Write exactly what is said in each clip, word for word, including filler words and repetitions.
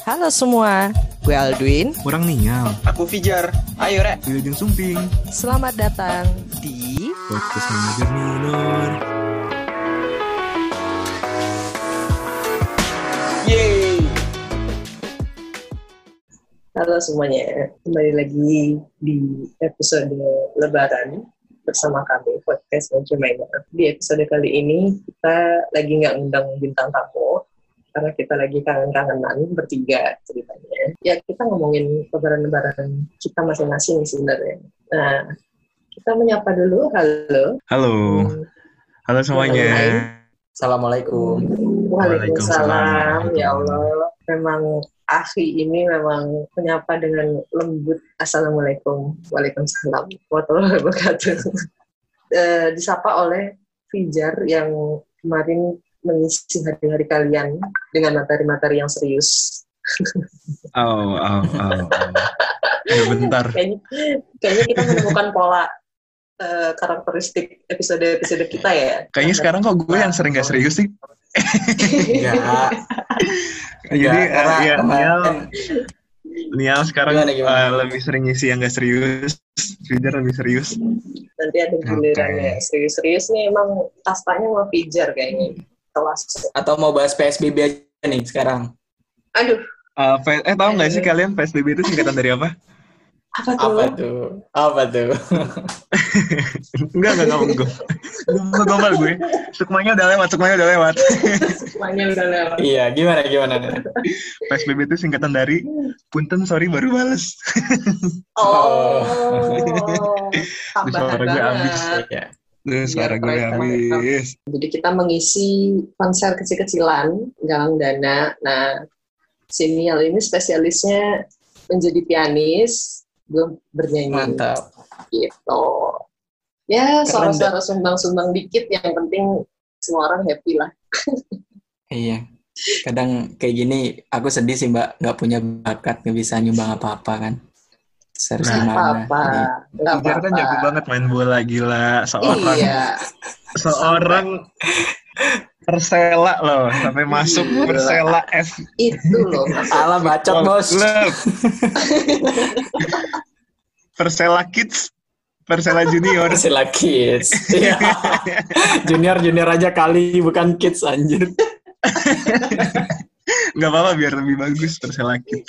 Halo semua, gue Aldwin. Kurang Nial. Aku Fijar. Ayo Rek. Wilujeng Sumping. Selamat datang di Podcast Manajer Minor. Yeay. Halo semuanya, kembali lagi di episode Lebaran bersama kami, Podcast Manajer Minor. Di episode kali ini kita lagi nggak ngundang bintang tamu, karena kita lagi kangen-kangenan bertiga ceritanya. Ya kita ngomongin lebaran-lebaran kita masing-masing sebenarnya. Nah, kita menyapa dulu. Halo. Halo. Halo semuanya. Assalamualaikum. Waalaikumsalam. Ya Allah, memang Akhi ini memang menyapa dengan lembut. Assalamualaikum. Waalaikumsalam warahmatullahi wabarakatuh. uh, disapa oleh Fijar yang kemarin mengisi hari-hari kalian dengan materi-materi yang serius. Oh, oh, oh, oh. Ya, bentar. Kayaknya, kayaknya kita menemukan pola uh, karakteristik episode-episode kita ya. Kayaknya sekarang kok gue yang sering gak serius sih. Enggak. Jadi uh, ya, Nial, Nial sekarang Gimana, gimana? Uh, lebih sering ngisi yang gak serius. Fijar lebih serius. Nanti ada gilirannya. Okay. Serius-serius nih emang kastanya mau Fijar kayaknya. Kelas. Atau mau bahas P S B B aja nih sekarang? Aduh. Uh, P- eh tahu nggak sih kalian P S B B itu singkatan dari apa? Apa tuh? Apa tuh? Apa tuh? Enggak, enggak ngomong gue. Gue gombal gue. Sukmanya udah lewat, sukmanya udah lewat. Semuanya udah lewat. Iya, gimana gimana nih? P S B B itu singkatan dari Punten sorry baru bales. Oh. Di Tambahan suara gue habis. banget. Iya. Duh, suara gue keren, habis. Jadi kita mengisi konser kecil-kecilan, galang dana. Nah, si Nial ini spesialisnya menjadi pianis, gue bernyanyi. Mantap. Gitu. Ya, Keren, suara-suara sumbang-sumbang dikit, yang penting semua orang happy lah. Iya. Kadang kayak gini aku sedih sih Mbak, nggak punya bakat, nggak bisa nyumbang apa-apa kan. Harus Nah, gimana? Apa-apa. Nggak Fijar kan apa-apa. jago banget main bola, gila. Seorang Iya. seorang Persela loh, sampai masuk Gila. Persela F. Itu loh. Alah bacot bos. Club. Persela Kids, Persela Junior. Persela Kids. Iya. Junior junior aja kali, bukan kids anjir. Gak apa-apa biar lebih bagus Persela Kids.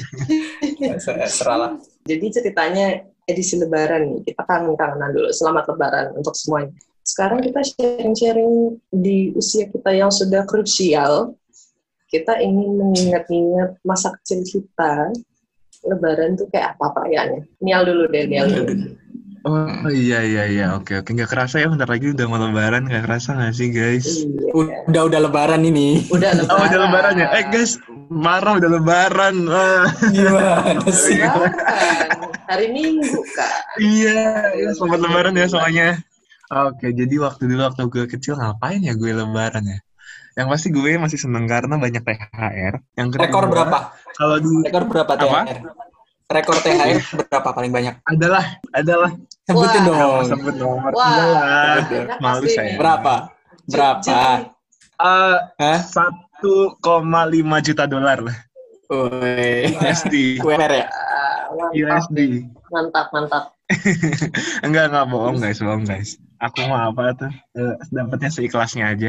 Seralah. Jadi ceritanya edisi Lebaran nih, kita kangen-kangenan dulu. Selamat Lebaran untuk semuanya. Sekarang kita sharing-sharing di usia kita yang sudah krusial. Kita ingin mengingat-ingat masa kecil kita. Lebaran tuh kayak apa perayaannya? Nial dulu deh, Nial dulu. Oh iya iya iya, oke oke. Gak kerasa ya bentar lagi udah mau Lebaran, gak kerasa gak sih guys? Iya. Udah udah lebaran ini. Udah Lebaran. Oh udah Lebaran ya? Eh guys, marah udah Lebaran. Ah. Gimana sih? Lebaran. Hari Minggu, Kak. Iya, iya, selamat Lebaran ya semuanya. Oke, jadi waktu dulu waktu gue kecil ngapain ya gue Lebaran ya? Yang pasti gue masih seneng karena banyak T H R. Yang kedua, Rekor berapa? Kalau dulu Rekor berapa T H R? Apa? Rekor T H R berapa paling banyak? adalah adalah Sebutin Wah. dong. sebut nomor Wah, adalah banyak malu pasti. saya. Berapa? Berapa? Eh, Hah? satu koma lima juta dolar lah. Woi. U S D. U M R ya? Ah, U S mantap, D. mantap, mantap. Enggak enggak bohong guys, bohong guys. Aku mau apa tuh? Eh, dapatnya seikhlasnya aja.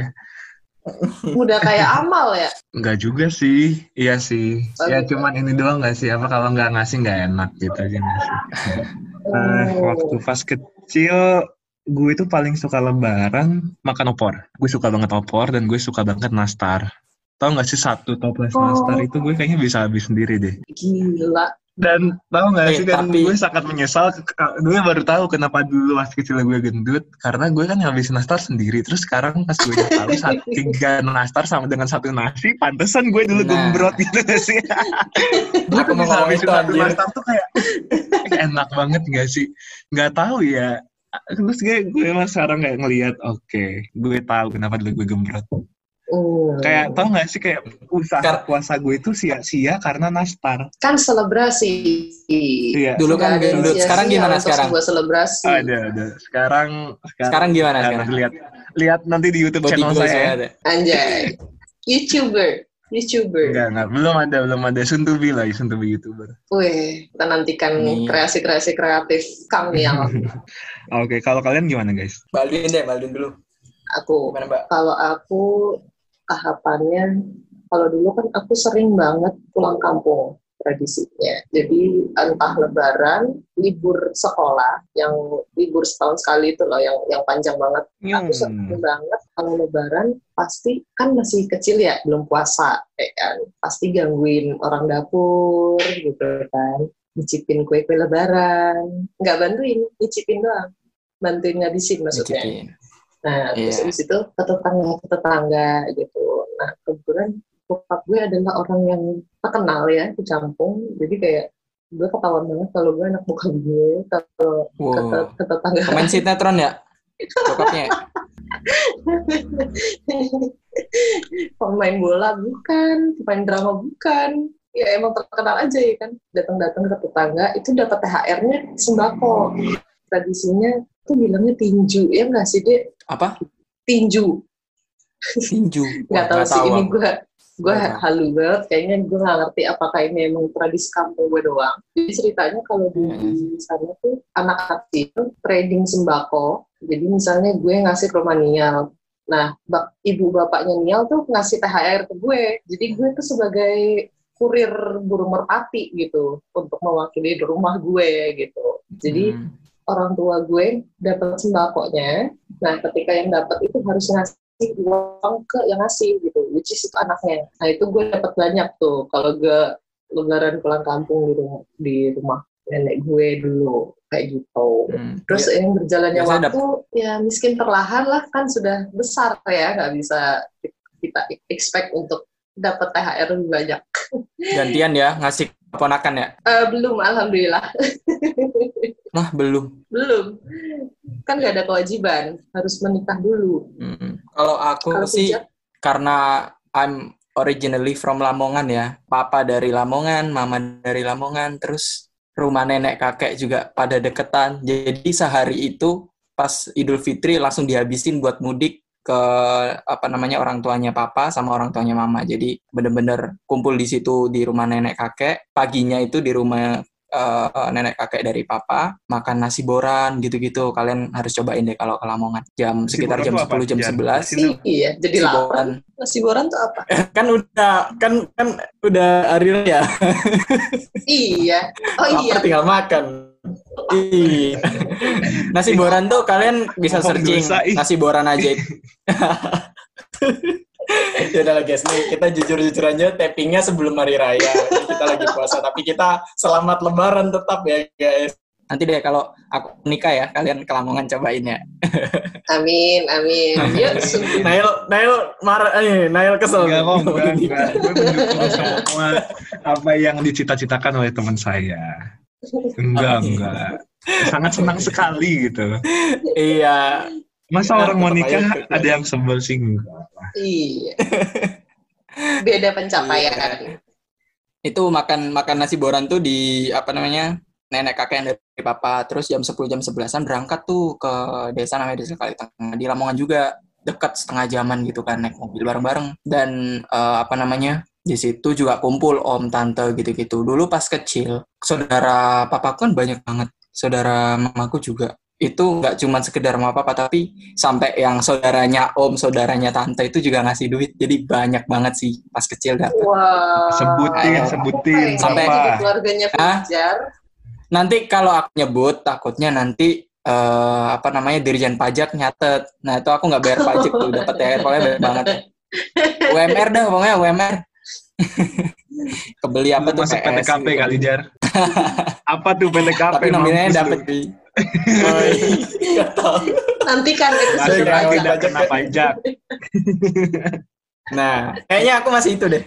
Udah kayak amal ya. Enggak juga sih, iya sih. Oh, Ya gitu. cuman ini doang nggak sih? Apa kalau nggak ngasih nggak enak gitu aja nggak sih? Nah, waktu pas kecil gue itu paling suka Lebaran makan opor. Gue suka banget opor dan gue suka banget nastar. Tahu nggak sih satu toples Oh. nastar itu gue kayaknya bisa habis sendiri deh. Gila. Dan tahu nggak Eh, sih dan tapi- gue sangat menyesal. Gue baru tahu kenapa dulu pas kecil gue gendut karena gue kan ngabisin nastar sendiri. Terus sekarang pas gue udah tahu satu, tiga nastar sama dengan satu nasi, pantesan gue dulu Nah. gembrot gitu nggak sih? Gue Aku tuh mau bisa ngomong habisin itu, satu anjir. nastar tuh kayak eh, enak banget nggak sih? Nggak tahu ya. Terus gue gue emang sekarang kayak ngelihat, oke, gue tahu kenapa dulu gue gembrot. Hmm. Kayak tahu nggak sih kayak usaha Kar- puasa gue itu sia-sia karena nastar. Kan selebrasi. Iya. Dulu kan Nggak ada yang gendut. sia-sia Sekarang gimana untuk sekarang? sebuah selebrasi. Ada, ada. Sekarang, Sekarang gimana Nah, sekarang? nanti lihat, lihat nanti di YouTube Body channel goals saya. ada. Anjay. YouTuber. YouTuber. Enggak, enggak. Belum ada, belum ada. Soon to be lah, soon to be YouTuber. Wih, kita nantikan Nih. kreasi-kreasi kreatif Kang Nial. Oke, kalau kalian gimana guys? Baldwin deh, Baldwin dulu. Aku, Gimana, Mbak? kalau aku tahapannya, kalau dulu kan aku sering banget pulang kampung tradisinya. Jadi entah lebaran, libur sekolah, yang libur setahun sekali itu loh, yang yang panjang banget. Aku sering banget kalau lebaran pasti kan masih kecil ya, belum puasa, ya kan. Pasti gangguin orang dapur gitu kan, nyicipin kue-kue lebaran, nggak bantuin, nyicipin doang, bantuin ngabisin maksudnya. Nyicipin. Nah, terus Iya. habis itu ke tetangga ke tetangga gitu. Nah, kebetulan bokap gue adalah orang yang terkenal ya di kampung, jadi kayak gue ketahuan banget kalau gue anak bokap gue kalau ke, Wow. te- ke tetangga. Pemain sinetron ya? Bokapnya. Pemain bola bukan, pemain drama bukan. Ya emang terkenal aja ya kan. Datang-datang ke tetangga itu dapat T H R-nya sembako. Tradisinya tuh bilangnya tinju, ya nggak sih, Dek? Apa? Tinju. Tinju. Nggak tahu Nggak sih, ini aku. gue gue Nggak tahu. halu banget. Kayaknya gue nggak ngerti apakah ini emang tradisi kampung gue doang. Jadi ceritanya kalau di Hmm. sana tuh anak kecil trading sembako. Jadi misalnya gue ngasih ke rumah Nial. Nah, bak- ibu bapaknya Nial tuh ngasih T H R ke gue. Jadi gue tuh sebagai kurir burung merpati gitu untuk mewakili di rumah gue gitu. Jadi Hmm. orang tua gue dapat sembakonya. Nah, ketika yang dapat itu harus ngasih uang ke yang ngasih gitu, which is itu anaknya. Nah, itu gue dapat banyak tuh kalau gue lebaran pulang kampung di rumah, di rumah nenek gue dulu kayak gitu. Hmm. Terus Iya. yang berjalannya Biasanya waktu ya miskin perlahan lah, kan sudah besar ya, nggak bisa kita expect untuk dapat T H R lebih banyak. Gantian ya, ngasih keponakan ya? Eh, belum, alhamdulillah. Nah, belum. Belum. Kan nggak ada kewajiban, harus menikah dulu. Hmm. Kalau aku Kalau sih, sejak- karena I'm originally from Lamongan ya. Papa dari Lamongan, mama dari Lamongan, terus rumah nenek kakek juga pada deketan. Jadi sehari itu pas Idul Fitri langsung dihabisin buat mudik ke apa namanya orang tuanya papa sama orang tuanya mama. Jadi bener-bener kumpul di situ di rumah nenek kakek. Paginya itu di rumah eh, nenek kakek dari papa, makan nasi boran gitu-gitu. Kalian harus cobain deh kalau ke Lamongan. Jam Nasi sekitar boran jam tuh apa, sepuluh jam Jan? sebelas. Jelasin dong. Iya, jadi Nasi lapar. boran. Nasi boran tuh apa? Kan udah kan kan udah hari raya. Iya. Oh iya. Lapar tinggal makan. Iya. Nasi boran tuh kalian bisa Ngomong searching dosa, ih. nasi boran aja. Ya udah lah guys, nih kita jujur-jujur aja tappingnya sebelum hari raya. Jadi kita lagi puasa, tapi kita selamat lebaran tetap ya guys. Nanti deh kalau aku nikah ya, kalian ke Lamongan cobain ya. Amin, amin. Yuk, sungguh. Nail, Nail marah, eh, Nail kesel. Enggak kok, enggak, Nikah. enggak. Gue mendukung semua apa yang dicita-citakan oleh teman saya. Enggak, enggak. Sangat senang sekali gitu. Iya. Masa orang mau Tetap aja nikah ikut, ya. ada yang sebel sih? Enggak. Iya. Beda pencapaian. Itu makan makan nasi boran tuh di apa namanya nenek kakek yang dari papa, terus jam sepuluh jam sebelasan berangkat tuh ke desa namanya desa Kalitengah di Lamongan juga, dekat setengah jaman gitu kan, naik mobil bareng-bareng. Dan eh, apa namanya di situ juga kumpul om tante gitu-gitu. Dulu pas kecil saudara papaku kan banyak banget, saudara mamaku juga. Itu nggak cuma sekedar sama papa, tapi sampai yang saudaranya om, saudaranya tante itu juga ngasih duit. Jadi banyak banget sih pas kecil dapet. Wah. Sebutin, sebutin Sampai- Jadi berapa? keluarganya Hah? Fajar. Nanti kalau aku nyebut, takutnya nanti eh, apa namanya Dirjen Pajak nyatet. Nah itu aku nggak bayar pajak tuh, dapat T H R pokoknya banyak banget. U M R dah pokoknya U M R. Kebeli apa Lu tuh masuk P P T S K P gitu. kali, Jar. Apa tuh P T K P? Tapi nominalnya Mampus dapet lu. di. Oh, iya. Nggak tahu. Nanti kan episode Masuk Saya lagi nggak dah pajak kena ya. pajak. Nah, kayaknya aku masih itu deh.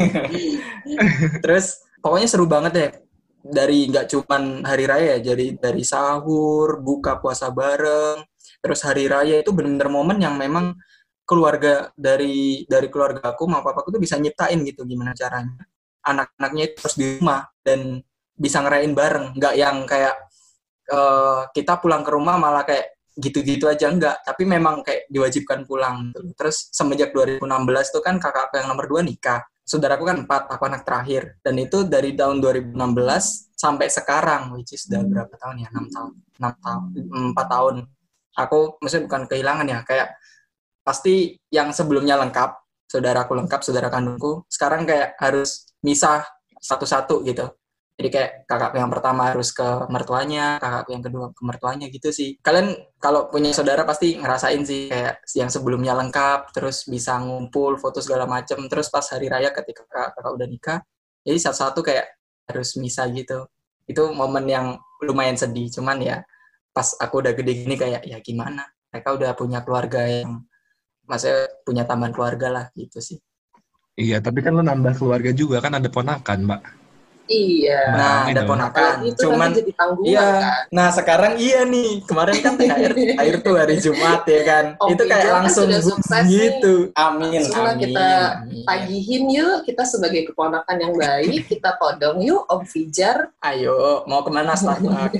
Terus pokoknya seru banget deh. Dari nggak cuman hari raya, jadi dari sahur, buka puasa bareng, terus hari raya itu benar-benar momen yang memang keluarga dari dari keluarga aku sama papaku tuh bisa nyiptain gitu gimana caranya anak-anaknya itu terus di rumah dan bisa ngerayain bareng, nggak yang kayak eh, kita pulang ke rumah malah kayak gitu-gitu aja, enggak, tapi memang kayak diwajibkan pulang gitu. Terus semenjak dua ribu enam belas tuh kan kakak aku yang nomor dua nikah. saudaraku kan empat, aku anak terakhir. Dan itu dari tahun dua ribu enam belas sampai sekarang, which is udah berapa tahun ya? enam tahun. enam tahun, empat tahun. Aku maksudnya bukan kehilangan ya, kayak pasti yang sebelumnya lengkap, saudaraku lengkap, saudara kandungku, sekarang kayak harus misah satu-satu gitu. Jadi kayak kakakku yang pertama harus ke mertuanya, kakakku yang kedua ke mertuanya gitu sih. Kalian kalau punya saudara pasti ngerasain sih kayak yang sebelumnya lengkap, terus bisa ngumpul, foto segala macem, terus pas hari raya ketika kakak, kakak udah nikah, jadi satu-satu kayak harus misah gitu. Itu momen yang lumayan sedih, cuman ya pas aku udah gede gini kayak ya gimana, mereka udah punya keluarga yang, maksudnya punya tambahan keluarga lah gitu sih. Iya, tapi kan lo nambah keluarga juga kan ada ponakan, Mbak. Iya. Nah, Rame ada dong. ponakan. Itu Cuman nanti jadi tanggungan iya. kan. Nah, sekarang iya nih. Kemarin kan T H R air tuh hari Jumat ya kan. Om Itu kayak Ijal kan langsung sudah boom sukses gitu. Amin. Langsung lah Amin. kita amin. tagihin yuk, kita sebagai keponakan yang baik, kita todong yuk Om Fijar. Ayo, mau kemana Starbucks?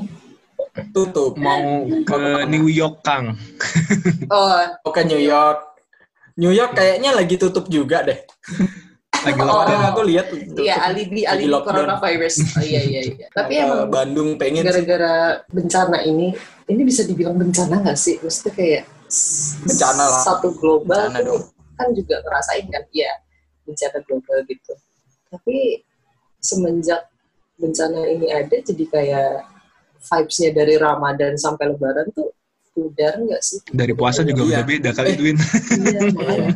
Tutup. Mau ke New York, Kang. Oh, Mau ke New York. New York kayaknya lagi tutup juga deh. Lagi Kemarin lockdown. aku lihat tutup. iya alibi Lagi alibi lockdown. coronavirus. Oh iya iya iya. Tapi Ke emang Bandung pengen sih. gara-gara bencana ini, ini bisa dibilang bencana nggak sih? Maksudnya kayak s- Bencana lah. satu global Bencana tuh dong. kan juga ngerasain kan, ya bencana global gitu. Tapi semenjak bencana ini ada, jadi kayak vibes-nya dari Ramadan sampai Lebaran tuh pudar nggak sih? Dari puasa juga Iya. udah beda kali, Eh. Dwin. Iya, makanya.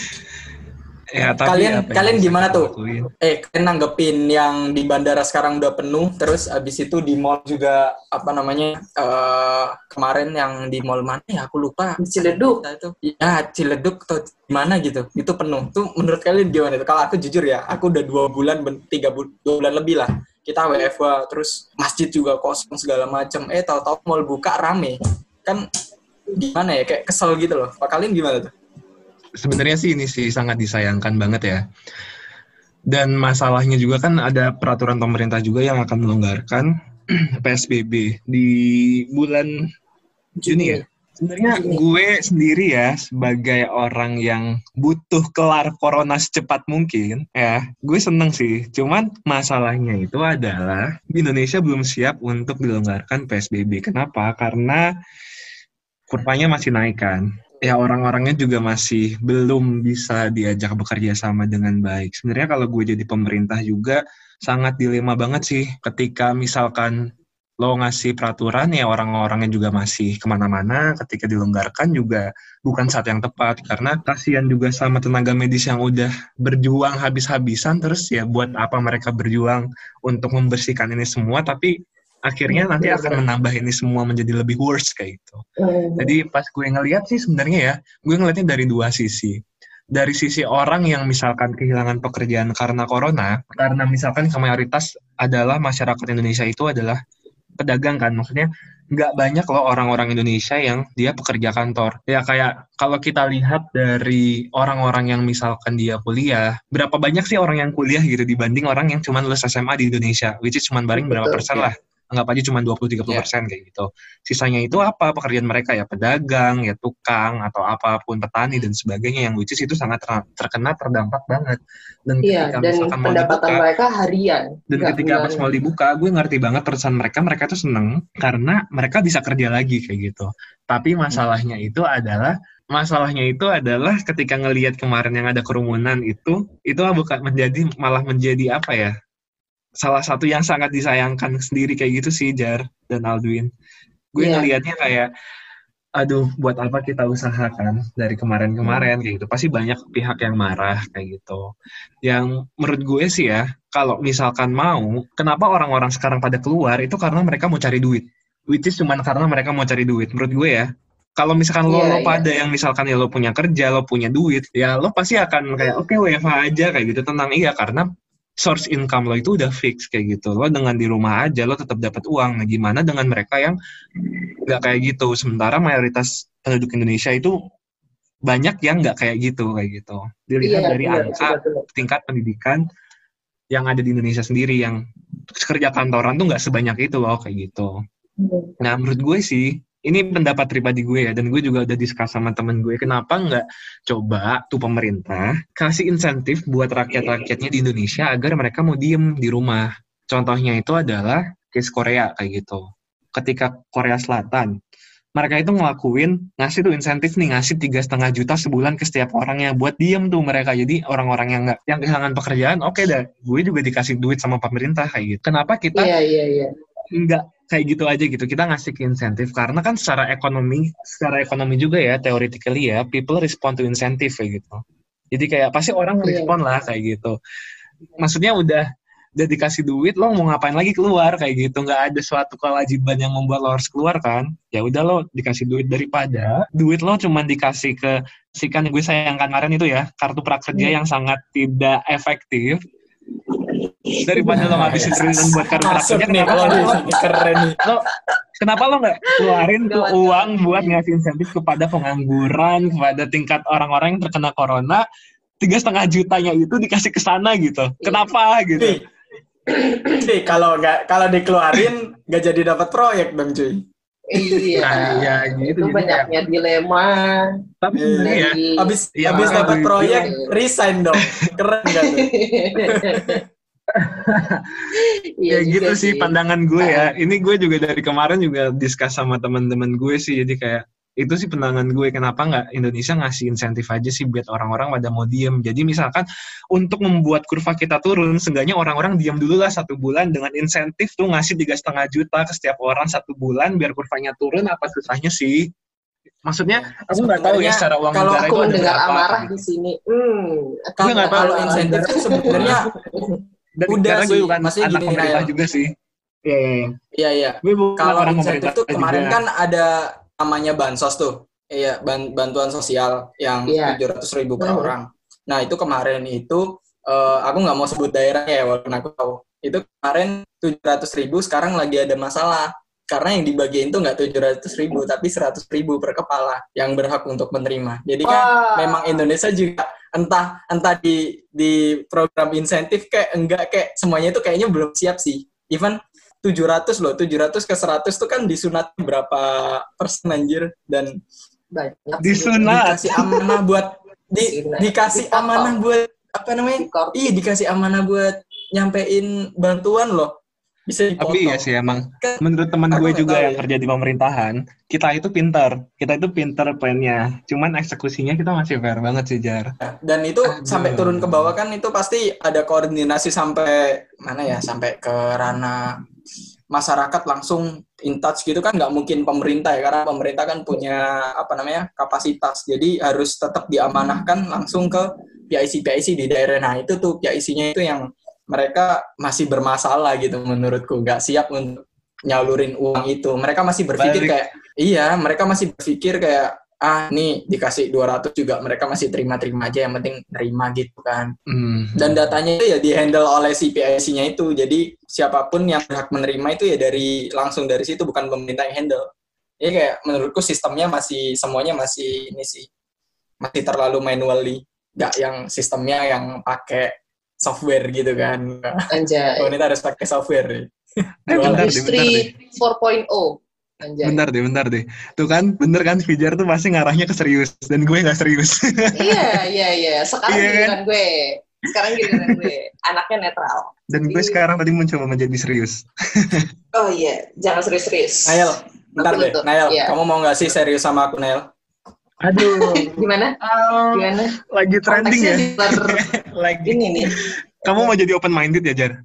Ya, tapi Kalian- apa yang kalian bisa gimana kita tuh? lakuin? Eh, kalian nanggepin yang di bandara sekarang udah penuh, terus abis itu di mall juga, apa namanya, eh kemarin yang di mall mana ya, aku lupa. Di Ciledug. Itu. Ya, Ciledug atau gimana gitu, itu penuh. Tuh menurut kalian gimana itu? Kalau aku jujur ya, aku udah dua bulan, ben- tiga bul- dua bulan lebih lah. Kita W F H, terus masjid juga kosong segala macam. Eh, tahu-tahu mall buka rame. Kan gimana ya, kayak kesel gitu loh. Pak kalian gimana tuh? Sebenarnya sih ini sih sangat disayangkan banget ya. Dan masalahnya juga kan ada peraturan pemerintah juga yang akan melonggarkan P S B B di bulan Juni ya. Sebenarnya Juni. gue sendiri ya sebagai orang yang butuh kelar corona secepat mungkin ya, gue seneng sih. Cuman masalahnya itu adalah di Indonesia belum siap untuk dilonggarkan P S B B. Kenapa? Karena kurvanya masih naik kan. Ya orang-orangnya juga masih belum bisa diajak bekerja sama dengan baik. Sebenarnya kalau gue jadi pemerintah juga sangat dilema banget sih ketika misalkan lo ngasih peraturan ya orang-orangnya juga masih kemana-mana, ketika dilonggarkan juga bukan saat yang tepat karena kasihan juga sama tenaga medis yang udah berjuang habis-habisan, terus ya buat apa mereka berjuang untuk membersihkan ini semua tapi akhirnya nanti akan menambah ini semua menjadi lebih worse kayak gitu. Hmm. Jadi pas gue ngelihat sih sebenarnya ya, gue ngelihatnya dari dua sisi. Dari sisi orang yang misalkan kehilangan pekerjaan karena corona, karena misalkan mayoritas adalah masyarakat Indonesia itu adalah pedagang kan, maksudnya nggak banyak loh orang-orang Indonesia yang dia pekerja kantor. Ya kayak kalau kita lihat dari orang-orang yang misalkan dia kuliah, berapa banyak sih orang yang kuliah gitu dibanding orang yang cuma lulus S M A di Indonesia, which is cuma paling berapa Betul, persen ya. lah. Anggap aja cuma dua puluh sampai tiga puluh persen kayak gitu. Sisanya itu apa? Pekerjaan mereka ya pedagang, ya tukang, atau apapun petani dan sebagainya yang which is itu sangat ter- terkena terdampak banget. Dan Iya, ketika dan misalkan mau pendapatan dibuka, mereka harian. dan nggak ketika pas bulanan. mau dibuka, gue ngerti banget perusahaan mereka, mereka tuh seneng karena mereka bisa kerja lagi kayak gitu. Tapi masalahnya itu adalah Masalahnya itu adalah ketika ngelihat kemarin yang ada kerumunan itu, itu bukan menjadi malah menjadi apa ya? Salah satu yang sangat disayangkan sendiri kayak gitu sih Jar dan Aldwin. Gue Iya. ngelihatnya kayak, aduh buat apa kita usahakan dari kemarin-kemarin kayak gitu. Pasti banyak pihak yang marah kayak gitu. Yang menurut gue sih ya, kalau misalkan mau, kenapa orang-orang sekarang pada keluar itu karena mereka mau cari duit. Which is cuman karena mereka mau cari duit. Menurut gue ya, kalau misalkan lo, Iya, lo iya. pada yang misalkan ya lo punya kerja, lo punya duit, ya lo pasti akan kayak oke W F H aja kayak gitu, tenang iya karena source income lo itu udah fix kayak gitu. Lo dengan di rumah aja lo tetap dapat uang. Nah, gimana dengan mereka yang nggak kayak gitu? Sementara mayoritas penduduk Indonesia itu banyak yang nggak kayak gitu kayak gitu. Dilihat Iya, dari benar, angka benar, benar. tingkat pendidikan yang ada di Indonesia sendiri yang kerja kantoran tuh nggak sebanyak itu loh kayak gitu. Hmm. Nah menurut gue sih ini pendapat pribadi gue ya, dan gue juga udah diskus sama temen gue, kenapa nggak coba tuh pemerintah kasih insentif buat rakyat-rakyatnya di Indonesia agar mereka mau diem di rumah. Contohnya itu adalah case Korea kayak gitu. Ketika Korea Selatan, mereka itu ngelakuin, ngasih tuh insentif nih, ngasih tiga setengah juta sebulan ke setiap orangnya buat diem tuh mereka. Jadi orang-orang yang nggak, yang kehilangan pekerjaan, oke okay dah, gue juga dikasih duit sama pemerintah kayak gitu. Kenapa kita Iya, iya, iya. nggak kayak gitu aja gitu? Kita ngasih ke insentif karena kan secara ekonomi, secara ekonomi juga ya, theoretically ya, people respond to insentif kayak gitu. Jadi kayak pasti orang Iya. respon lah kayak gitu. Maksudnya udah udah dikasih duit, lo mau ngapain lagi keluar kayak gitu, nggak ada suatu kewajiban yang membuat lo harus keluar kan, ya udah lo dikasih duit, daripada duit lo cuma dikasih ke si kan gue sayangkan kemarin itu ya, kartu prakerja yang sangat tidak efektif, daripada lo ngabisin triliunan buat kartu Masuk prakerja, nih kenapa kalau lo, ini keren nih. lo kenapa lo nggak keluarin tuh Gawat, uang buat ngasih insentif kepada pengangguran, kepada tingkat orang-orang yang terkena corona, tiga setengah jutanya itu dikasih ke sana gitu, kenapa gitu? Nih, nih kalau nggak kalau dikeluarin nggak jadi dapat proyek dong cuy. Iya. Nah, iya, gitu. Itu Jadi banyaknya dilema. Tapi Iya. sebenarnya ya, Dari Abis Iya, abis makanya dapat gue- proyek gue- resign dong. Keren gak tuh? Iya kayak gitu juga sih pandangan gue ya. Ini gue juga dari kemarin juga discuss sama teman-teman gue sih. Jadi kayak itu sih pandangan gue, kenapa nggak Indonesia ngasih insentif aja sih buat orang-orang pada mau diem. Jadi misalkan untuk membuat kurva kita turun, seenggaknya orang-orang diem dulu lah satu bulan dengan insentif tuh ngasih tiga setengah juta ke setiap orang satu bulan biar kurvanya turun. Apa susahnya sih? Maksudnya aku nggak tahu ya Sebenarnya secara uang kalau negara Aku itu ada mendengar berapa. amarah di sini. Hmm. aku Gue nggak tahu kalau ya. insentif itu sebenarnya Dan udah karena gue sih, bukan maksudnya anak gini, pemerintah Nail. juga sih. Iya iya iya. iya iya. Gue bukan Kalau orang insentif pemerintah tuh kemarin juga. kan ada namanya bansos tuh. Iya, ban- bantuan sosial yang Iya. tujuh ratus ribu per Hmm. orang. Nah, itu kemarin itu eh, aku nggak mau sebut daerahnya ya walaupun aku tahu. Itu kemarin tujuh ratus ribu, sekarang lagi ada masalah. Karena yang dibagiin tuh nggak tujuh ratus ribu, tapi seratus ribu per kepala yang berhak untuk menerima. Jadi kan Wah. memang Indonesia juga entah entah di di program insentif kayak enggak, kayak semuanya itu kayaknya belum siap sih. Even tujuh ratus loh, tujuh ratus ke seratus tuh kan disunat berapa persen anjir, dan banyak Disunat. dikasih amanah buat di, Disunat. dikasih Dipotong. amanah buat apa namanya? Dikor- Iya, dikasih amanah buat nyampein bantuan loh. Bisa dipotong. Tapi iya sih emang, Kan menurut teman aku gue nggak juga tahu yang ya. kerja di pemerintahan, kita itu pinter, kita itu pinter plannya, cuman eksekusinya kita masih fair banget sih Jar. Dan itu Aduh. sampai turun ke bawah kan itu pasti ada koordinasi sampai mana ya, sampai ke ranah masyarakat langsung in touch gitu kan, nggak mungkin pemerintah ya, karena pemerintah kan punya apa namanya kapasitas, jadi harus tetap diamanahkan langsung ke P I C P I C di daerah. Nah itu tuh P I C-nya itu yang mereka masih bermasalah gitu menurutku, nggak siap untuk nyalurin uang itu. Mereka masih berpikir Balik. kayak iya, mereka masih berpikir kayak ah nih dikasih dua ratus juga mereka masih terima-terima aja, yang penting terima gitu kan. Hmm. Dan datanya itu ya di-handle oleh si P I C-nya itu. Jadi siapapun yang berhak menerima itu ya dari langsung dari situ, bukan pemerintah yang handle. Jadi kayak menurutku sistemnya masih semuanya masih ini sih. Masih terlalu manually. Nggak yang sistemnya yang pakai software gitu kan. Anjay. Wanita harus pakai software. Eh, bentar deh, bentar deh. Industri empat titik nol. Anjay. Bentar deh, bentar deh. Tuh kan, bener kan, Fijar tuh pasti ngarahnya ke serius, dan gue nggak serius. Iya, iya, iya. Sekarang Iya kan? giliran gue. Sekarang giliran gue. Anaknya netral. Dan gue sekarang tadi mencoba menjadi serius. Oh iya, jangan serius-serius. Nail, bentar Aku deh. tutup. Nail, Iya. kamu mau nggak sih serius sama aku, Nail? Aduh, Gimana? Gimana? lagi trending ya. Konteksnya di luar Lagi. ini nih. Kamu mau jadi open minded ya, Jar?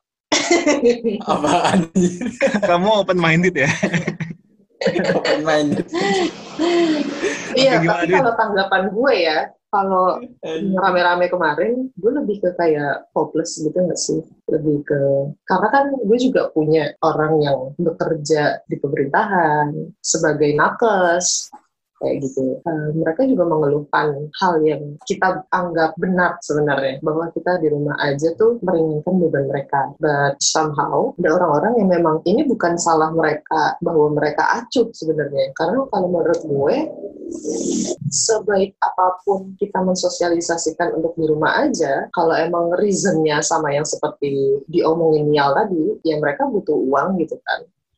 Apaan? Kamu open minded ya? Open mind. Iya, Oke, gimana, tapi Din? kalau tanggapan gue ya, kalau rame-rame kemarin, gue lebih ke kayak hopeless gitu nggak sih? Lebih ke, karena kan gue juga punya orang yang bekerja di pemerintahan sebagai nakes, kayak gitu. Eh, mereka juga mengeluhkan hal yang kita anggap benar sebenarnya, bahwa kita di rumah aja tuh meringankan beban mereka. But somehow ada orang-orang yang memang ini bukan salah mereka, bahwa mereka acuh sebenarnya. Karena kalau menurut gue, sebaik apapun kita mensosialisasikan untuk di rumah aja, kalau emang reasonnya sama yang seperti diomongin Nial tadi, ya mereka butuh uang gitu kan.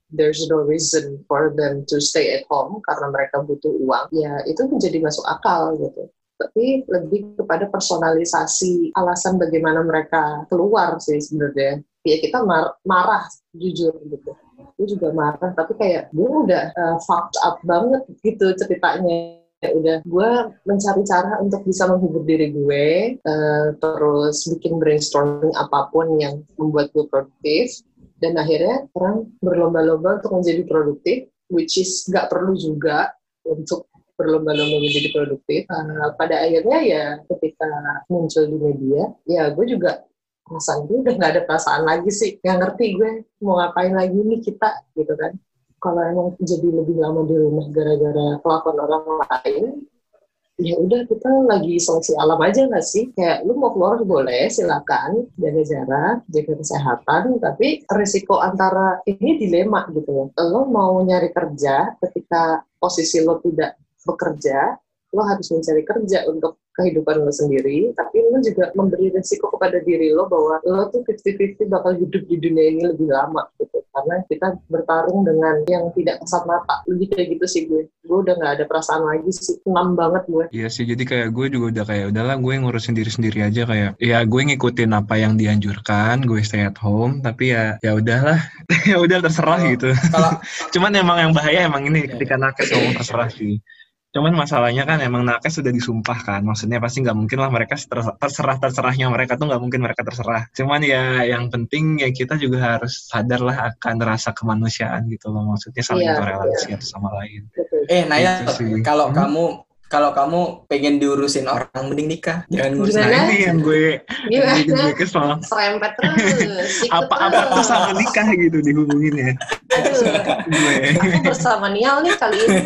there's no reason for them to stay at home karena mereka butuh uang, ya itu menjadi masuk akal gitu. Tapi lebih kepada personalisasi alasan bagaimana mereka keluar sih sebenarnya. Ya kita mar- marah jujur gitu. Gue juga marah, tapi kayak gue udah uh, fucked up banget gitu ceritanya. Ya udah, gue mencari cara untuk bisa menghibur diri gue, uh, terus bikin brainstorming apapun yang membuat gue produktif, dan akhirnya orang berlomba-lomba untuk menjadi produktif, which is gak perlu juga untuk berlomba-lomba menjadi produktif. Uh, pada akhirnya ya ketika muncul di media, ya gue juga perasaan gue udah gak ada perasaan lagi sih, gak ngerti gue mau ngapain lagi nih kita gitu kan. Kalau emang jadi lebih lama di rumah gara-gara kelakuan orang lain, ya udah kita lagi seleksi alam aja nggak sih? Kayak lu mau keluar boleh, silakan, jaga jarak, jaga kesehatan, tapi risiko antara ini dilema gitu loh. Lo mau nyari kerja ketika posisi lo tidak bekerja, lo harus mencari kerja untuk kehidupan lo sendiri, tapi lo juga memberi risiko kepada diri lo bahwa lo tuh fifty-fifty bakal hidup di dunia ini lebih lama gitu. Karena kita bertarung dengan yang tidak kasat mata. Lebih kayak gitu sih gue. Gue udah gak ada perasaan lagi sih. Senam banget gue. Iya sih, jadi kayak gue juga udah kayak, udahlah gue ngurusin diri sendiri aja kayak, ya gue ngikutin apa yang dianjurkan, gue stay at home, tapi ya ya udahlah, ya udah terserah Oh, gitu. kalau Cuman emang yang bahaya emang ini ya, ketika nakes ngomong terserah sih. Cuman masalahnya kan emang nakes sudah disumpah kan, maksudnya pasti nggak mungkin lah mereka ter- terserah-terserahnya mereka tuh nggak mungkin mereka terserah. Cuman ya yang penting ya kita juga harus sadar lah akan rasa kemanusiaan gitu loh, maksudnya saling Iya, toleransi iya. satu sama lain. Betul. eh Naya, Itu sih. kalau Hmm? kamu kalau kamu pengen diurusin orang, mending nikah, jangan ngurusin Gimana? Nah orang. ini yang gue yang bikin gue Gimana? kesel. Serempet terus, ikut Apa-apa tuh terus. sama nikah gitu dihubungin ya. Aduh, Gue. aku bersama Nial nih kali ini.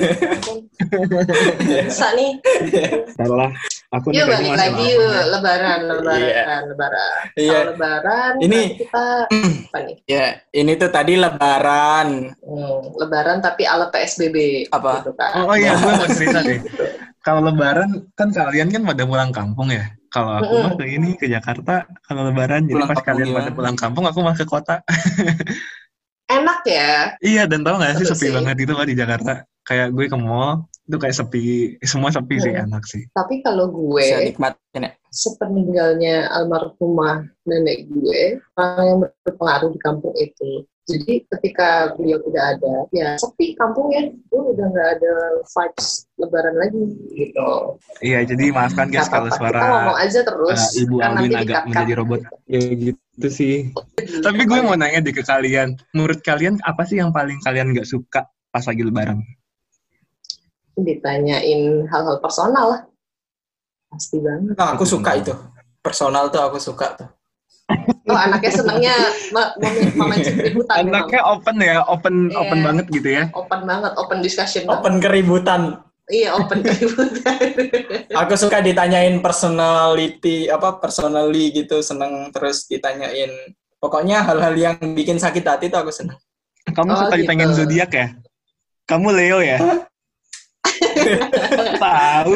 Bisa nih. Salah. Aku Yuk nikahnya balik masih lagi lama. yuk, lebaran, lebaran, Iya. lebaran. Iya. Kalau lebaran, Ini nanti kita apa nih? ya ini tuh tadi Lebaran. Hmm, lebaran tapi ala P S B B. Apa? Gitu kan. Oh, oh iya, gue mau cerita deh. Kalau lebaran kan kalian kan pada pulang kampung ya. Kalau aku mah ke ini ke Jakarta kalau lebaran, jadi Pulang pas kampung kalian pada gimana? pulang kampung aku mah ke kota. Enak ya. Iya, dan tau gak sih Betul sepi sih. banget gitu loh di Jakarta. Kayak gue ke mall itu kayak sepi, semua sepi sih, Hmm. enak sih. Tapi kalau Bisa gue, nikmatin ya. sepeninggalnya almarhumah nenek gue, orang yang berpengaruh di kampung itu. Jadi ketika beliau tidak ada, ya sepi kampungnya. Gue udah nggak ada vibes lebaran lagi gitu. Iya, jadi maafkan guys Nggak kalau apa-apa, suara kita ngomong aja terus. uh, Ibu Kan Alwin nanti agak di-cut-cut menjadi robot. gitu. Ya gitu sih. Tapi gue mau nanya deh ke kalian, menurut kalian apa sih yang paling kalian nggak suka pas lagi lebaran? Ditanyain hal-hal personal lah. Pasti banget. Nah, aku suka itu. Personal tuh aku suka tuh. Oh, anaknya senangnya ma- mem- memancing keributan memang. Anaknya open ya, open Iya. open banget gitu ya. Open banget, open discussion banget. Open keributan. Iya, open keributan. Aku suka ditanyain personality apa personally gitu, seneng terus ditanyain. Pokoknya hal-hal yang bikin sakit hati tuh aku seneng. Kamu Oh, suka gitu. ditanyain zodiak ya? Kamu Leo ya? Tahu.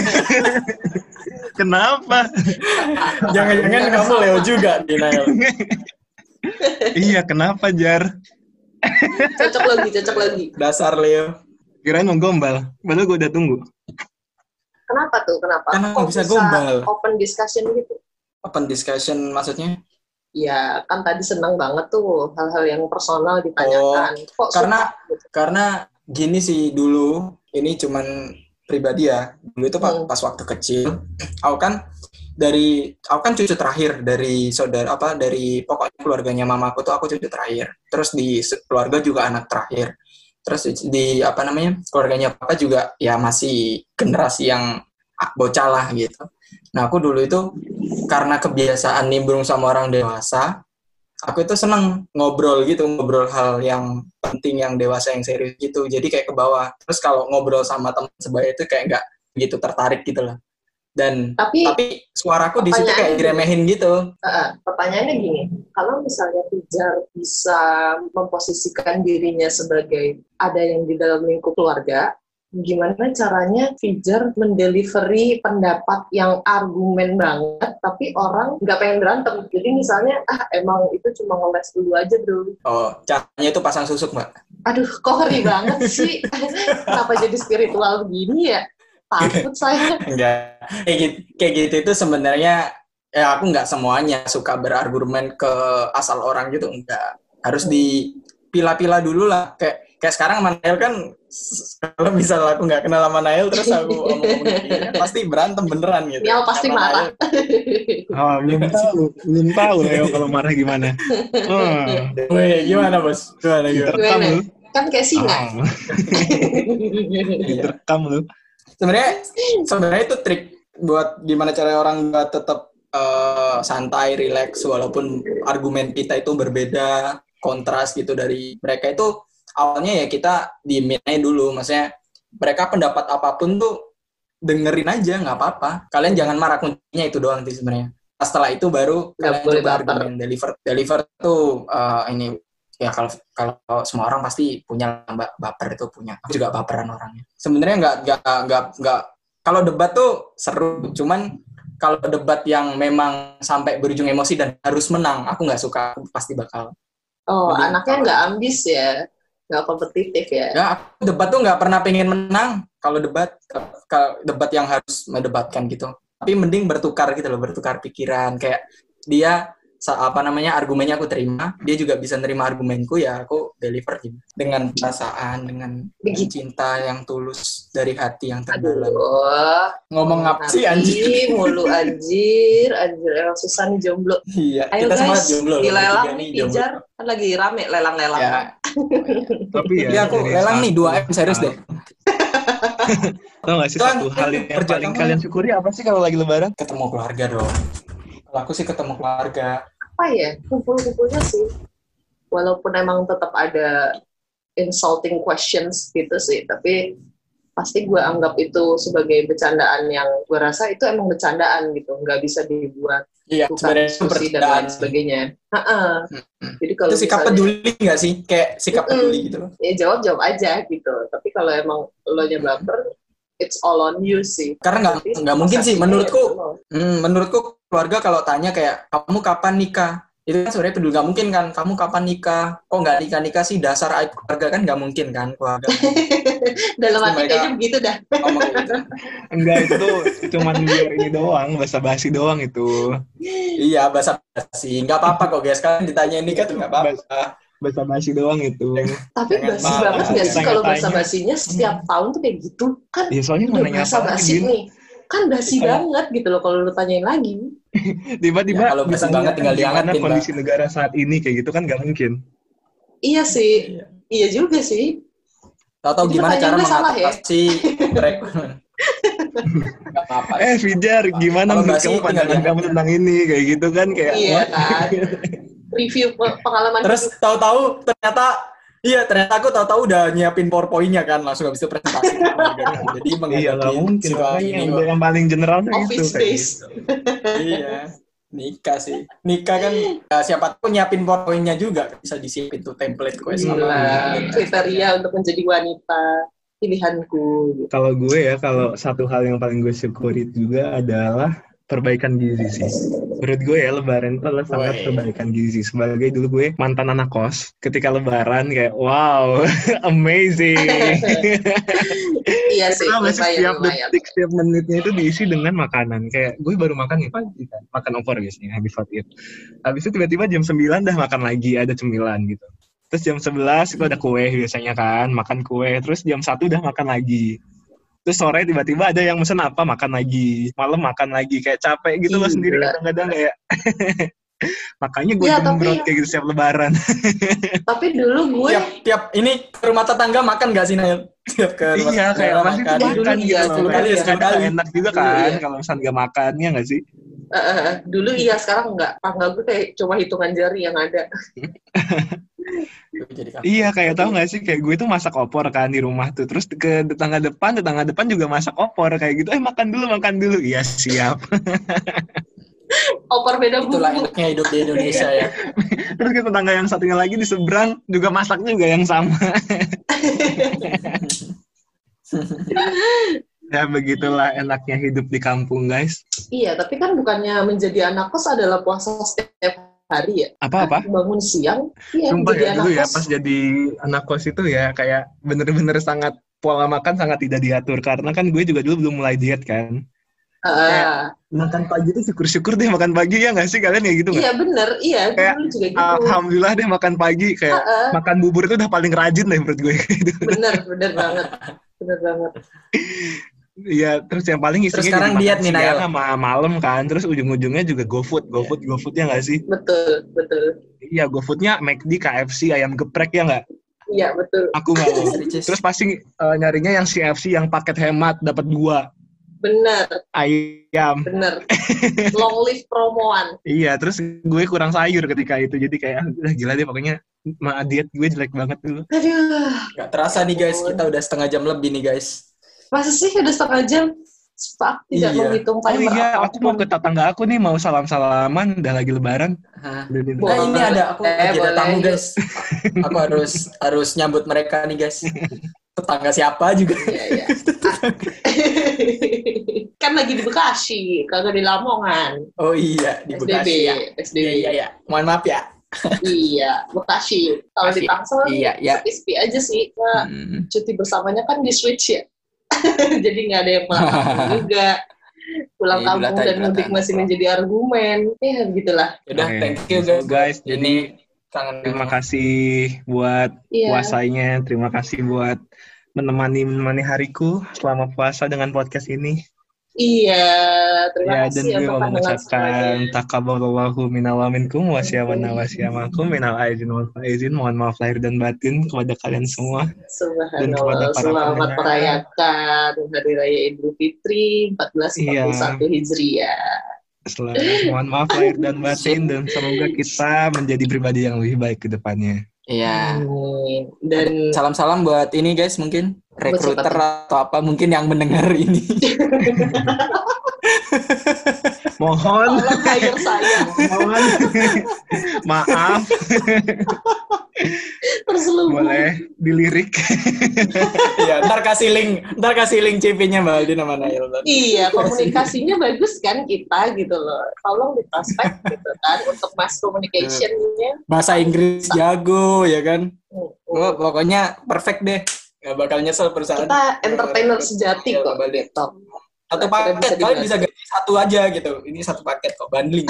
Kenapa? Jangan-jangan kamu Leo juga, Dinael. Iya, kenapa Jar? Cocok lagi, cocok lagi. Dasar Leo. Kirain mau gombal, padahal gue udah tunggu. Kenapa tuh? Kenapa? Kenapa Kok bisa gombal? Open discussion gitu? Open discussion maksudnya? Ya, kan tadi senang banget tuh hal-hal yang personal ditanyakan. Kok karena- suka gitu? Karena gini sih dulu, ini cuman pribadi ya. Dulu itu pas, Hmm. pas waktu kecil, aku kan dari aku kan cucu terakhir dari saudara apa dari pokoknya keluarganya mamaku tuh aku cucu terakhir. Terus di se- keluarga juga anak terakhir. Terus di apa namanya keluarganya papa juga ya masih generasi yang ah, bocah lah gitu. Nah aku dulu itu karena kebiasaan nimbrung sama orang dewasa, aku itu seneng ngobrol gitu, ngobrol hal yang penting, yang dewasa, yang serius gitu. Jadi kayak ke bawah. Terus kalau ngobrol sama teman sebaya itu kayak nggak begitu tertarik gitu loh. Dan Tapi, tapi suaraku di situ kayak pertanyaannya diremehin gitu. uh, pertanyaannya gini, kalau misalnya Pijar bisa memposisikan dirinya sebagai ada yang di dalam lingkup keluarga, gimana caranya Pijar mendelivery pendapat yang argumen banget, tapi orang nggak pengen berantem. Jadi misalnya, ah emang itu cuma ngeles dulu aja bro. Oh, caranya itu pasang susuk, Mbak. Aduh, kok ngeri banget sih. Kenapa jadi spiritual begini ya? Takut saya. Enggak. Kayak gitu, kayak gitu itu sebenarnya ya aku nggak semuanya suka berargumen ke asal orang gitu, enggak. Harus dipilah-pilah dulu lah. Kayak kayak sekarang Manael kan kalau misal aku nggak kenal sama Nael terus aku ngomong begini, pasti berantem beneran gitu. Nial pasti Karena marah. Nael- Oh, belum tahu, belum tahu Leo kalau marah gimana. Oh, Weh, gimana bos? Gimana gimana? direkam lu. Kan kayak singa. Ah, direkam lu. Sebenarnya sebenarnya itu trik buat gimana cara orang buat tetap eh, santai, rileks walaupun argumen kita itu berbeda, kontras gitu dari mereka itu awalnya ya kita diemin aja dulu, maksudnya mereka pendapat apapun tuh dengerin aja nggak apa-apa. Kalian jangan marah, kuncinya itu doang sih sebenarnya. Setelah itu baru Nggak kalian boleh coba baper. argumen deliver deliver tuh eh, ini ya kalau kalau semua orang pasti punya ba- baper itu punya. Aku juga baperan orangnya. Sebenarnya nggak nggak nggak nggak kalau debat tuh seru, cuman kalau debat yang memang sampai berujung emosi dan harus menang, aku nggak suka. Aku pasti bakal. Oh, Jadi, anaknya nggak ambis ya, nggak kompetitif ya. Ya, aku debat tuh nggak pernah pengen menang. Kalau debat, kalau debat yang harus mendebatkan gitu. Tapi mending bertukar gitu loh, bertukar pikiran. Kayak dia sa- apa namanya argumennya aku terima, dia juga bisa nerima argumenku, ya aku deliver gitu. Dengan perasaan, dengan Begitu. cinta yang tulus dari hati yang terdalam. Aduh, Ngomong apa sih anjing? mulu anjir, anjir emang susah nih jomblo. Iya, Ayo kita semua guys, jomblo loh. dilelang bertiga nih, jomblo. pijar. Kan lagi rame lelang-lelang. Ya. Tapi ya, Iya, aku dari lelang nih satu dua M serius hal- deh. Tau gak sih Kan, satu hal yang kerja paling kamu- kalian syukuri apa sih kalau lagi lebaran? Ketemu keluarga dong. Kalau aku sih ketemu keluarga. Apa ya, kumpul-kumpulnya sih. Walaupun emang tetap ada insulting questions gitu sih, tapi pasti gue anggap itu sebagai bercandaan yang gue rasa itu emang bercandaan gitu, nggak bisa dibuat Iya, bukan sebenarnya itu diskusi dan bercandaan. lain sebagainya. Ha-ha. Hmm. Jadi kalau Itu sikap misalnya- peduli nggak sih? Kayak sikap Mm-mm. peduli gitu loh. ya jawab-jawab aja gitu. Tapi kalau emang lo nya baper, it's all on you sih. Karena nggak Tapi nggak mungkin sih persepsinya menurutku. ya lo. Hmm, menurutku keluarga kalau tanya kayak kamu kapan nikah? Itu kan sebenarnya peduli, nggak mungkin kan? Kamu kapan nikah? Kok nggak nikah nikah sih? Dasar aib keluarga kan nggak mungkin kan keluarga. Dalam Pasti hati mereka- kayaknya begitu dah. Ngomong gitu. Enggak, itu tuh cuman biar ini doang, basa-basi doang itu. Iya, basa basi. Nggak apa-apa kok guys. Kalian ditanya nikah tuh nggak apa-apa. Basa-basi doang itu. Tapi Jangan basi malu. banget nggak sih kalau Tanya-tanya. basa-basinya setiap tahun tuh kayak gitu? Kan Ya soalnya udah mau nanya basa apa basi lagi, nih. Kan basi Kayak- banget gitu loh kalau lu tanyain lagi. tiba-tiba Ya, kalau basi ditanya banget tinggal gimana diangetin, kondisi negara saat ini kayak gitu kan nggak mungkin. Iya sih. Iya. Iya juga sih. Tahu-tahu Itu gimana cara pertanyaan gue salah ya? mengatasi perekonomian. Nggak apa-apa. Eh Fijar, gimana Kalau menurut basi kamu tinggal pandangan diangkat. kamu tentang ini kayak gitu kan kayak Iya what? kan. Review pe- pengalaman Terus hidup. tahu-tahu ternyata iya ternyata aku tahu-tahu udah nyiapin PowerPoint-nya kan, langsung habis itu presentasi. Jadi Iya menghadapi nggak mungkin, situasi makanya ini yang, kok. yang paling general tuh gitu Office kayak days. gitu. Iya. Nikah sih. Nikah kan ya, siapa tahu nyiapin PowerPoint-nya juga bisa disiapin tuh template gue sama. Gila. Kriteria untuk menjadi wanita pilihanku. Kalau gue ya, kalau satu hal yang paling gue syukuri juga adalah perbaikan gizi sih. Menurut gue ya, lebaran itu adalah sangat Woi. perbaikan gizi. Sebagai dulu gue mantan anak kos, ketika lebaran kayak wow, amazing. Iya sih, Kenapa sih lumayan, setiap lumayan. detik, setiap menitnya itu diisi dengan makanan. Kayak gue baru makan nih pagi kan, makan opor biasanya habis sholat. Habis itu tiba-tiba jam sembilan dah makan lagi, ada cemilan gitu. Terus jam sebelas itu ada kue biasanya kan, makan kue. Terus jam satu udah makan lagi. Terus sore tiba-tiba ada yang mesen apa, makan lagi. Malam makan lagi, kayak capek gitu loh Gila. sendiri kadang-kadang kayak. Makanya gue Ya, gembrot tapi- kayak gitu setiap lebaran. Tapi dulu gue Tiap tiap ini ke rumah tetangga makan gak sih Nail? Tiap ke rumah Iya, kayak tetangga pasti tuh makan. Dulu makan iya, gitu loh. sepuluh kali ya, Kayak sepuluh kadang kali. enak juga Dulu kan, iya. kalau misalnya nggak makannya nggak sih? eh, eh, eh, dulu iya, sekarang enggak. Tangga gue kayak cuma hitungan jari yang ada. Jadi kan. Iya, kayak tahu nggak sih, kayak gue tuh masak opor kan di rumah tuh, terus ke tetangga depan, tetangga depan juga masak opor kayak gitu. Eh makan dulu, makan dulu. Iya siap. Opor beda bumbu. Itulah enaknya hidup di Indonesia ya. Terus ke tetangga yang satunya lagi di seberang juga masak juga yang sama. Ya begitulah enaknya hidup di kampung guys. Iya, tapi kan bukannya menjadi anak kos adalah puasa setiap hari ya. Apa-apa? Bangun siang, iya Sumpah jadi ya anak dulu ya kos. pas jadi anak kos itu ya kayak bener-bener sangat pola makan sangat tidak diatur karena kan gue juga dulu belum mulai diet kan. Kayak Ah, makan pagi tuh syukur-syukur deh makan pagi ya nggak sih kalian ya gitu nggak? iya bener, iya gue Kayak dulu juga gitu. alhamdulillah deh makan pagi kayak Ah, ah, makan bubur itu udah paling rajin deh menurut gue. Gitu. bener, bener banget, bener banget. Iya, terus yang paling Terus isinya sekarang jadi makan diet nih, siang Nail. sama malam kan, terus ujung-ujungnya juga GoFood, GoFood, GoFood ya nggak sih? Betul, betul. Iya, GoFoodnya McD, K F C, ayam geprek ya nggak? Iya betul, Aku mau. Ricis. Terus pasti eh, nyarinya yang C F C yang paket hemat dapat dua bener, ayam. bener. Long live promoan. Iya, terus gue kurang sayur ketika itu, jadi kayak ah, udah gila deh pokoknya ma diet gue jelek banget dulu. Aduh, Gak terasa nih guys, kita udah setengah jam lebih nih guys. masa sih udah setengah jam? Pak tidak Iya. menghitung Oh timer iya, aku mau apapun. ke tetangga aku nih mau salam-salaman, udah lagi lebaran. Hah. Udah nih. Nah ini ada aku Eh, lagi ada boleh, tamu yuk. guys. Aku harus harus nyambut mereka nih guys. Tetangga siapa juga. Iya, iya. Kan lagi di Bekasi, kagak di Lamongan. Oh iya di S D B, Bekasi ya. S D B. Iya iya iya. Mohon maaf ya. Iya, Bekasi. Kalau di Bekasi. Tangsel, Iya, iya. sepi-sepi aja sih. Nah, Hmm. cuti bersamanya kan di switch ya. Jadi nggak ada yang pulang kampung juga. Pulang Iya, kampung dilata, dan dilata, mudik masih pulang. menjadi argumen. Ya, begitulah. Udah, Oke. thank you So, guys. guys, Ini jadi kangen. terima kasih buat Iya. puasanya, terima kasih buat menemani menemani hariku selama puasa dengan podcast ini. Iya, terima Ya, kasih dan ya gue untuk mau pandangan mengucapkan semuanya. takabbalallahu minna wa minkum wa syamana wa syamakum minal aizin wal faizin. Mohon maaf lahir dan batin kepada kalian semua. Dan kepada Subhanallah, para selamat pendengar. merayakan Hari Raya Idul Fitri empat belas empat puluh satu Iya. Hijriah. Selamat, mohon maaf lahir dan batin dan semoga kita menjadi pribadi yang lebih baik ke depannya. Iya. Amin. Dan Salam-salam buat ini guys mungkin rekruter atau apa mungkin yang mendengar ini. Mohon, tolong hire saya. mohon, maaf, Terselubung. boleh dilirik. Iya, ntar kasih link, ntar kasih link C V-nya Mbak Aldi sama Nail. Iya, komunikasinya bagus kan kita gitu loh. Tolong di prospek gitu kan untuk mass communication-nya. Bahasa Inggris jago ya kan. Hmm. Wah, pokoknya perfect deh. Gak bakal nyesel perusahaan. Kita entertainer sejati Iya, kok. Mbak Aldi. Gitu. Satu Kita paket, bisa kalian dibahas. bisa gaji satu aja gitu. Ini satu paket kok, bundling.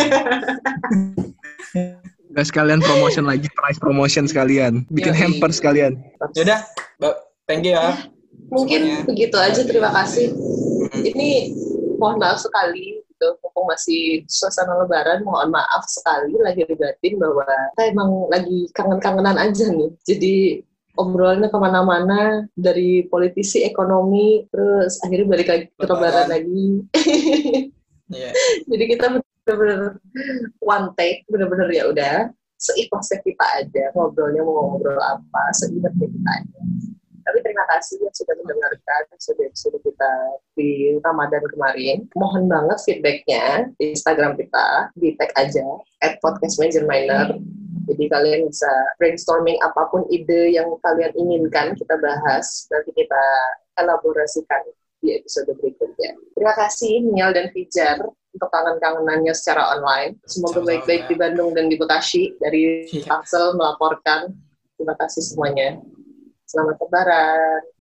Gak sekalian promotion lagi, price promotion sekalian. Bikin Yoi. hamper sekalian. Yaudah, Mbak, thank you ya. Mungkin Semuanya. begitu aja, terima kasih. Mm-mm. Ini mohon maaf sekali gitu, mumpung masih suasana lebaran, mohon maaf sekali lahir batin bahwa kita emang lagi kangen-kangenan aja nih. Jadi obrolannya kemana-mana, dari politisi, ekonomi, terus akhirnya balik lagi ke Lebaran. lebaran lagi. Iya. Jadi kita bener-bener one take, bener-bener ya udah seikhlasnya kita aja, ngobrolnya mau ngobrol apa, seingatnya kita aja. Tapi terima kasih yang sudah mendengarkan sudah sudah kita di Ramadan kemarin. Mohon banget feedbacknya di Instagram kita, di tag aja at podcast major minor. Jadi kalian bisa brainstorming apapun ide yang kalian inginkan kita bahas, nanti kita elaborasikan di episode berikutnya. Terima kasih Niel dan Fijar untuk kangen-kangenannya secara online. Semoga Sama-sama. baik-baik di Bandung dan di Bekasi. Dari Iya. Tangsel melaporkan. Terima kasih semuanya. Selamat Lebaran.